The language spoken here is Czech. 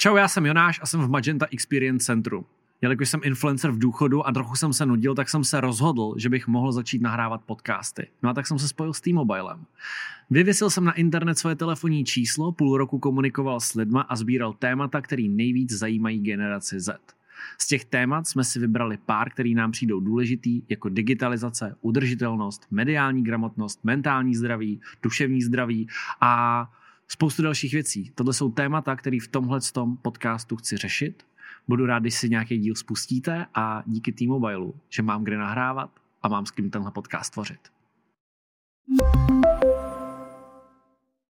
Čau, já jsem Jonáš a jsem v Magenta Experience Centru. Jelikož jsem influencer v důchodu a trochu jsem se nudil, tak jsem se rozhodl, že bych mohl začít nahrávat podcasty. No a tak jsem se spojil s T-Mobilem. Vyvěsil jsem na internet svoje telefonní číslo, půl roku komunikoval s lidma a sbíral témata, který nejvíc zajímají generaci Z. Z těch témat jsme si vybrali pár, který nám přijdou důležitý, jako digitalizace, udržitelnost, mediální gramotnost, mentální zdraví, duševní zdraví a spoustu dalších věcí. Tohle jsou témata, které v tomhletom podcastu chci řešit. Budu rád, když si nějaký díl spustíte a díky T-Mobilu, že mám kde nahrávat a mám s kým tenhle podcast tvořit.